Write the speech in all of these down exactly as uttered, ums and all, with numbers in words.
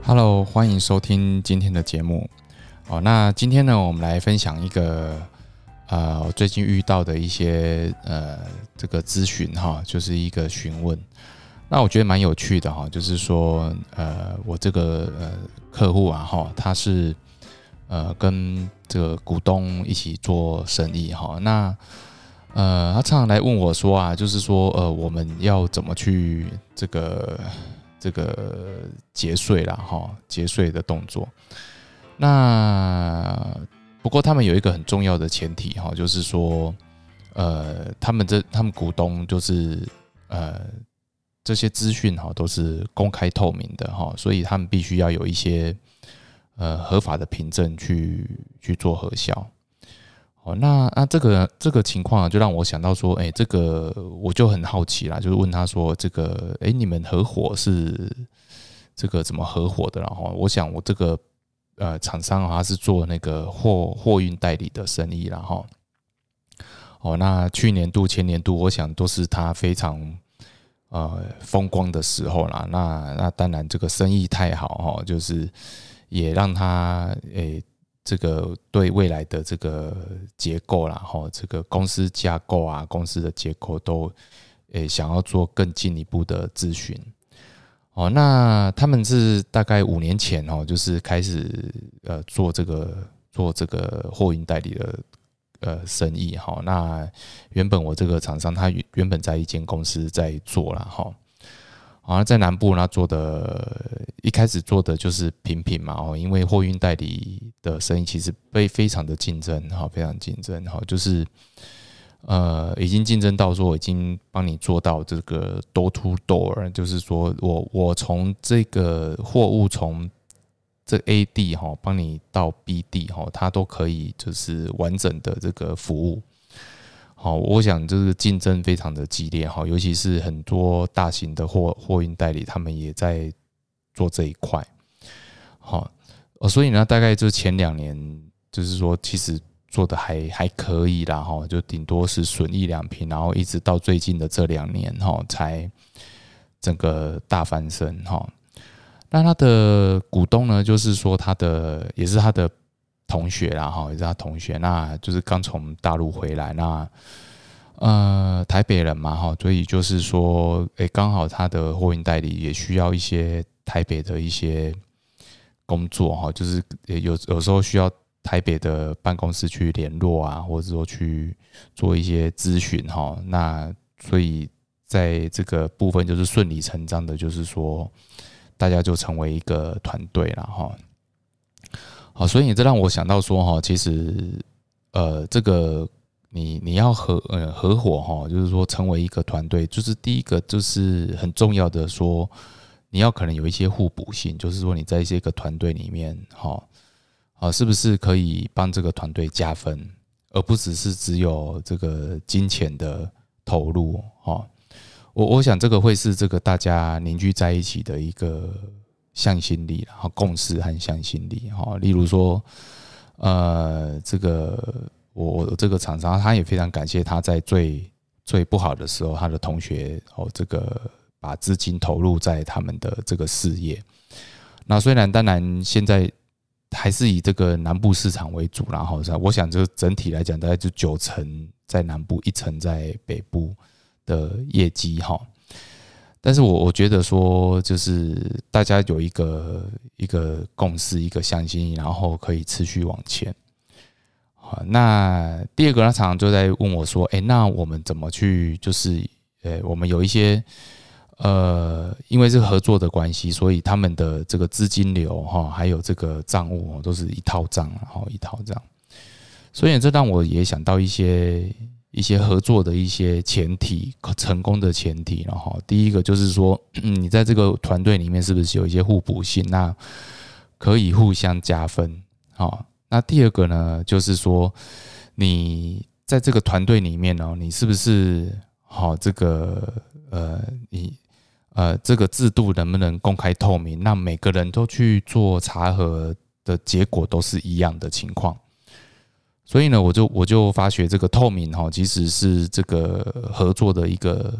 Hello， 欢迎收听今天的节目。哦，那今天呢，我们来分享一个呃，我最近遇到的一些呃这个咨询哈，就是一个询问。那我觉得蛮有趣的哈，就是说呃，我这个呃客户啊哈，他是呃跟这个股东一起做生意哈，那呃他常常来问我说啊，就是说呃我们要怎么去这个。这个节税啦，哈，节税的动作。那不过他们有一个很重要的前提哈，就是说，呃，他们这他们股东就是呃这些资讯哈都是公开透明的哈，所以他们必须要有一些呃合法的凭证去去做核销。哦，那那这个这个情况就让我想到说，哎、欸，这个我就很好奇啦，就是问他说，这个，哎、欸，你们合伙是这个怎么合伙的？然后我想我这个呃厂商他是做那个货货运代理的生意，然后，哦，那去年度、前年度，我想都是他非常呃风光的时候啦。那那当然这个生意太好哈，就是也让他诶。欸这个对未来的这个结构啦，哈，这个公司架构啊，公司的结构都，诶想要做更进一步的咨询，哦，那他们是大概五年前哦，就是开始呃做这个做这个货运代理的呃生意哈。那原本我这个厂商他原本在一间公司在做啦哈。好，在南部呢做的，一开始做的就是品品嘛，哦，因为货运代理的生意其实被非常的竞争，哈，非常竞争，哈，就是呃，已经竞争到说，我已经帮你做到这个 door to door， 就是说我我从这个货物从这 A 地哈，帮你到 B 地哈，它都可以就是完整的这个服务。好，我想这个竞争非常的激烈哈，尤其是很多大型的货货运代理，他们也在做这一块。好，所以呢，大概就前两年，就是说其实做的还还可以啦哈，就顶多是损益两平，然后一直到最近的这两年哈，才整个大翻身哈。那他的股东呢，就是说他的也是他的。同学啦，哈，也是他同学，那就是刚从大陆回来，那呃台北人嘛，哈，所以就是说，哎、欸，刚好他的货运代理也需要一些台北的一些工作，哈，就是有有时候需要台北的办公室去联络啊，或者说去做一些咨询，哈，那所以在这个部分就是顺理成章的，就是说大家就成为一个团队了，哈。好，所以这让我想到说哈，其实呃，这个你你要合呃合伙哈，就是说成为一个团队，就是第一个就是很重要的说，你要可能有一些互补性，就是说你在这个团队里面哈，啊是不是可以帮这个团队加分，而不只是只有这个金钱的投入哈。我我想这个会是这个大家凝聚在一起的一个。向心力，然后共识和向心力，哈，例如说，呃，这个我我这个厂商，他也非常感谢他在最最不好的时候，他的同学哦，这个把资金投入在他们的这个事业。那虽然当然现在还是以这个南部市场为主，然后我想就整体来讲，大概就九成在南部，一成在北部的业绩，哈。但是我我觉得说，就是大家有一个一个共识，一个向心，然后可以持续往前。好，那第二个，他常常就在问我说：“哎、欸，那我们怎么去？就是，呃，我们有一些呃，因为是合作的关系，所以他们的这个资金流哈，还有这个账务都是一套账，然后一套账。所以这让我也想到一些。”一些合作的一些前提，成功的前提，然后第一个就是说，嗯，你在这个团队里面是不是有一些互补性，那可以互相加分，好。那第二个呢，就是说你在这个团队里面呢，你是不是好这个呃，你呃这个制度能不能公开透明，让每个人都去做查核的结果都是一样的情况。所以呢，我就我就发觉这个透明哈，其实是这个合作的一个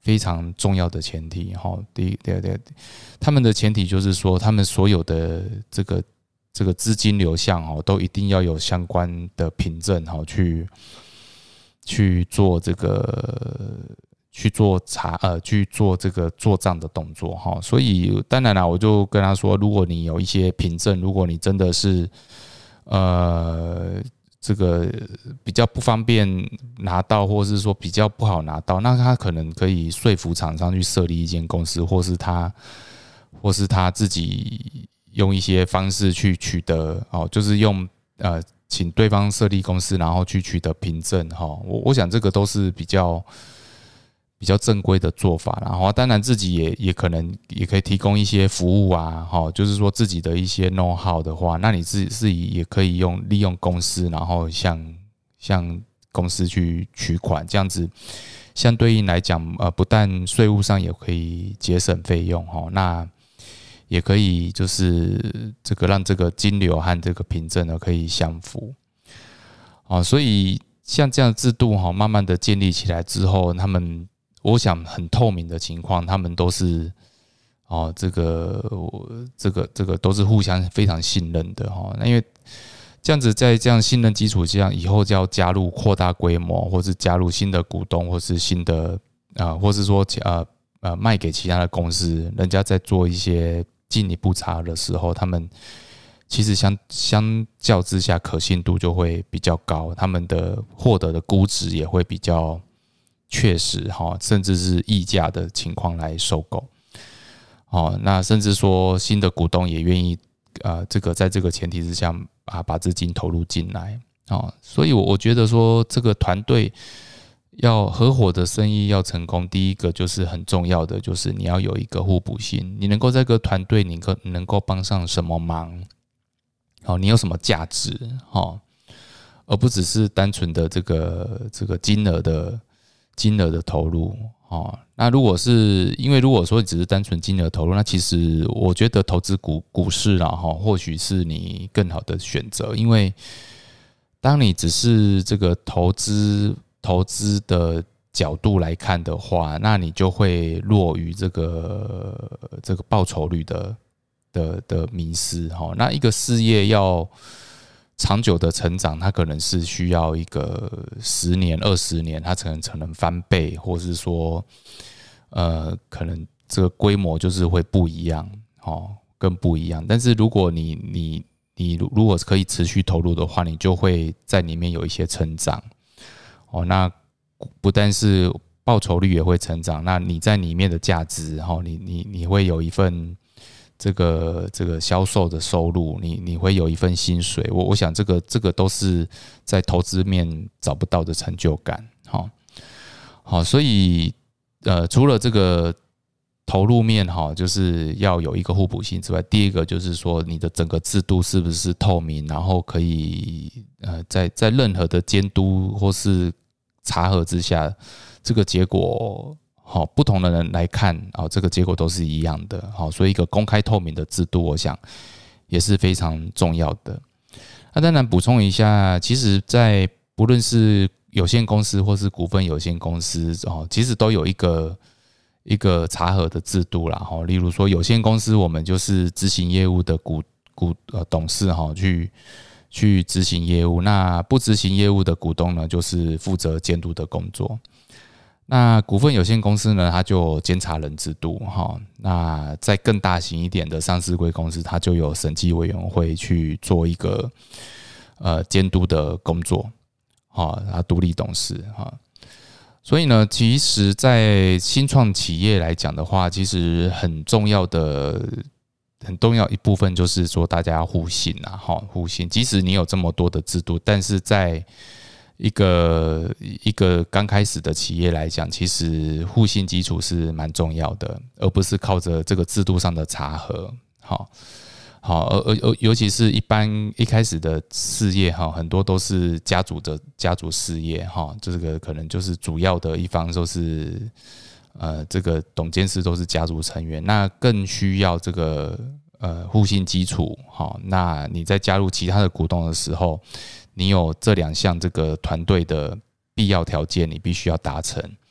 非常重要的前提哈。第一，第二，第二，他们的前提就是说，他们所有的这个这个资金流向哦，都一定要有相关的凭证哈，去去做这个去做查呃去做这个做账的动作哈。所以当然啦，我就跟他说，如果你有一些凭证，如果你真的是呃。这个比较不方便拿到，或是说比较不好拿到，那他可能可以说服厂商去设立一间公司，或是他，或是他自己用一些方式去取得哦，就是用呃请对方设立公司，然后去取得凭证哈。我我想这个都是比较比较正规的做法，然后当然自己也也可能也可以提供一些服务啊，哈，就是说自己的一些 know how 的话，那你自己自己也可以用利用公司，然后向向公司去取款，这样子相对应来讲，呃，不但税务上也可以节省费用哈，那也可以就是这个让这个金流和这个凭证呢可以相符，啊，所以像这样的制度哈，慢慢的建立起来之后，他们我想很透明的情况，他们都是哦，这个这个这个都是互相非常信任的哈。那因为这样子在这样信任基础下，以后就要加入扩大规模，或是加入新的股东，或是新的啊、呃，或是说呃呃卖给其他的公司，人家在做一些进一步查核的时候，他们其实相相较之下可信度就会比较高，他们的获得的估值也会比较确实哈，甚至是溢价的情况来收购。哦，那甚至说新的股东也愿意，呃，这个在这个前提之下啊，把资金投入进来，哦，所以我我觉得说这个团队要合伙的生意要成功，第一个就是很重要的，就是你要有一个互补性，你能够在这个团队，你能够帮上什么忙，哦，你有什么价值，哦，而不只是单纯的这个这个金额的金额的投入。哦，那如果是因为如果说只是单纯金额投入，那其实我觉得投资股股市啦，哈，或许是你更好的选择，因为当你只是这个投资投资的角度来看的话，那你就会落于这个这个报酬率的的的迷失哈。那一个事业要长久的成长，它可能是需要一个十年、二十年，它可能才能翻倍，或是说，呃，可能这个规模就是会不一样，哦，更不一样。但是如果你你你如果可以持续投入的话，你就会在里面有一些成长，哦，那不但是报酬率也会成长，那你在里面的价值，哦，你你你会有一份。这个这个销售的收入，你你会有一份薪水，我我想这个这个都是在投资面找不到的成就感，好，好，所以呃，除了这个投入面哈，就是要有一个互补性之外，第一个就是说你的整个制度是不是透明，然后可以呃在在任何的监督或是查核之下，这个结果。好，不同的人来看，哦，这个结果都是一样的。好，所以一个公开透明的制度，我想也是非常重要的。那当然补充一下，其实，在不论是有限公司或是股份有限公司，哦，其实都有一个一个查核的制度啦。哈，例如说有限公司，我们就是执行业务的股股呃董事哈，去去执行业务。那不执行业务的股东呢，就是负责监督的工作。那股份有限公司呢，它就有监察人制度哈。那在更大型一点的上市柜公司，它就有审计委员会去做一个呃监督的工作，哈，它独立董事哈。所以呢，其实，在新创企业来讲的话，其实很重要的、很重要一部分就是说，大家要互信啊，哈，互信。即使你有这么多的制度，但是在一个一个刚开始的企业来讲，其实互信基础是蛮重要的，而不是靠着这个制度上的查核。好，好，而而尤其是一般一开始的事业哈，很多都是家族的家族事业哈，这个可能就是主要的一方都是呃这个董监事都是家族成员，那更需要这个呃互信基础。好，那你在加入其他的股东的时候。你有这两项这个团队的必要条件，你必须要达成，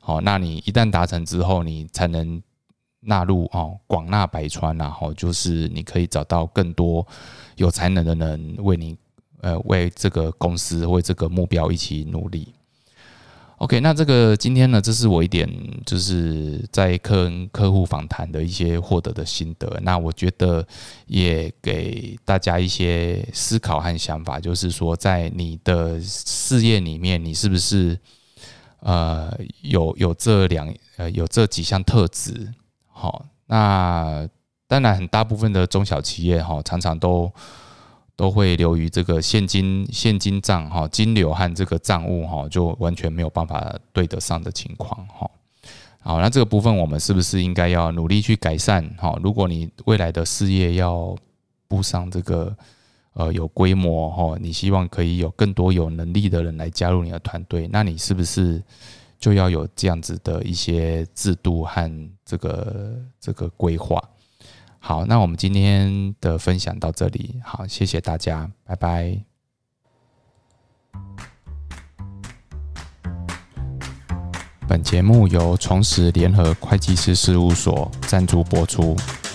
好，那你一旦达成之后，你才能纳入哦广纳百川啊，吼，就是你可以找到更多有才能的人为你呃为这个公司为这个目标一起努力。OK， 那这个今天呢，这是我一点就是在跟客户访谈的一些获得的心得。那我觉得也给大家一些思考和想法，就是说在你的事业里面，你是不是呃有有这两呃有这几项特质？好，那当然很大部分的中小企业哈，常常都。都会流于这个现金现金账哈，金流和这个账务哈，就完全没有办法对得上的情况哈。好，那这个部分我们是不是应该要努力去改善哈？如果你未来的事业要步上这个呃有规模哈，你希望可以有更多有能力的人来加入你的团队，那你是不是就要有这样子的一些制度和这个这个规划？好，那我们今天的分享到这里，好，谢谢大家，拜拜。本节目由重实联合会计师事务所赞助播出。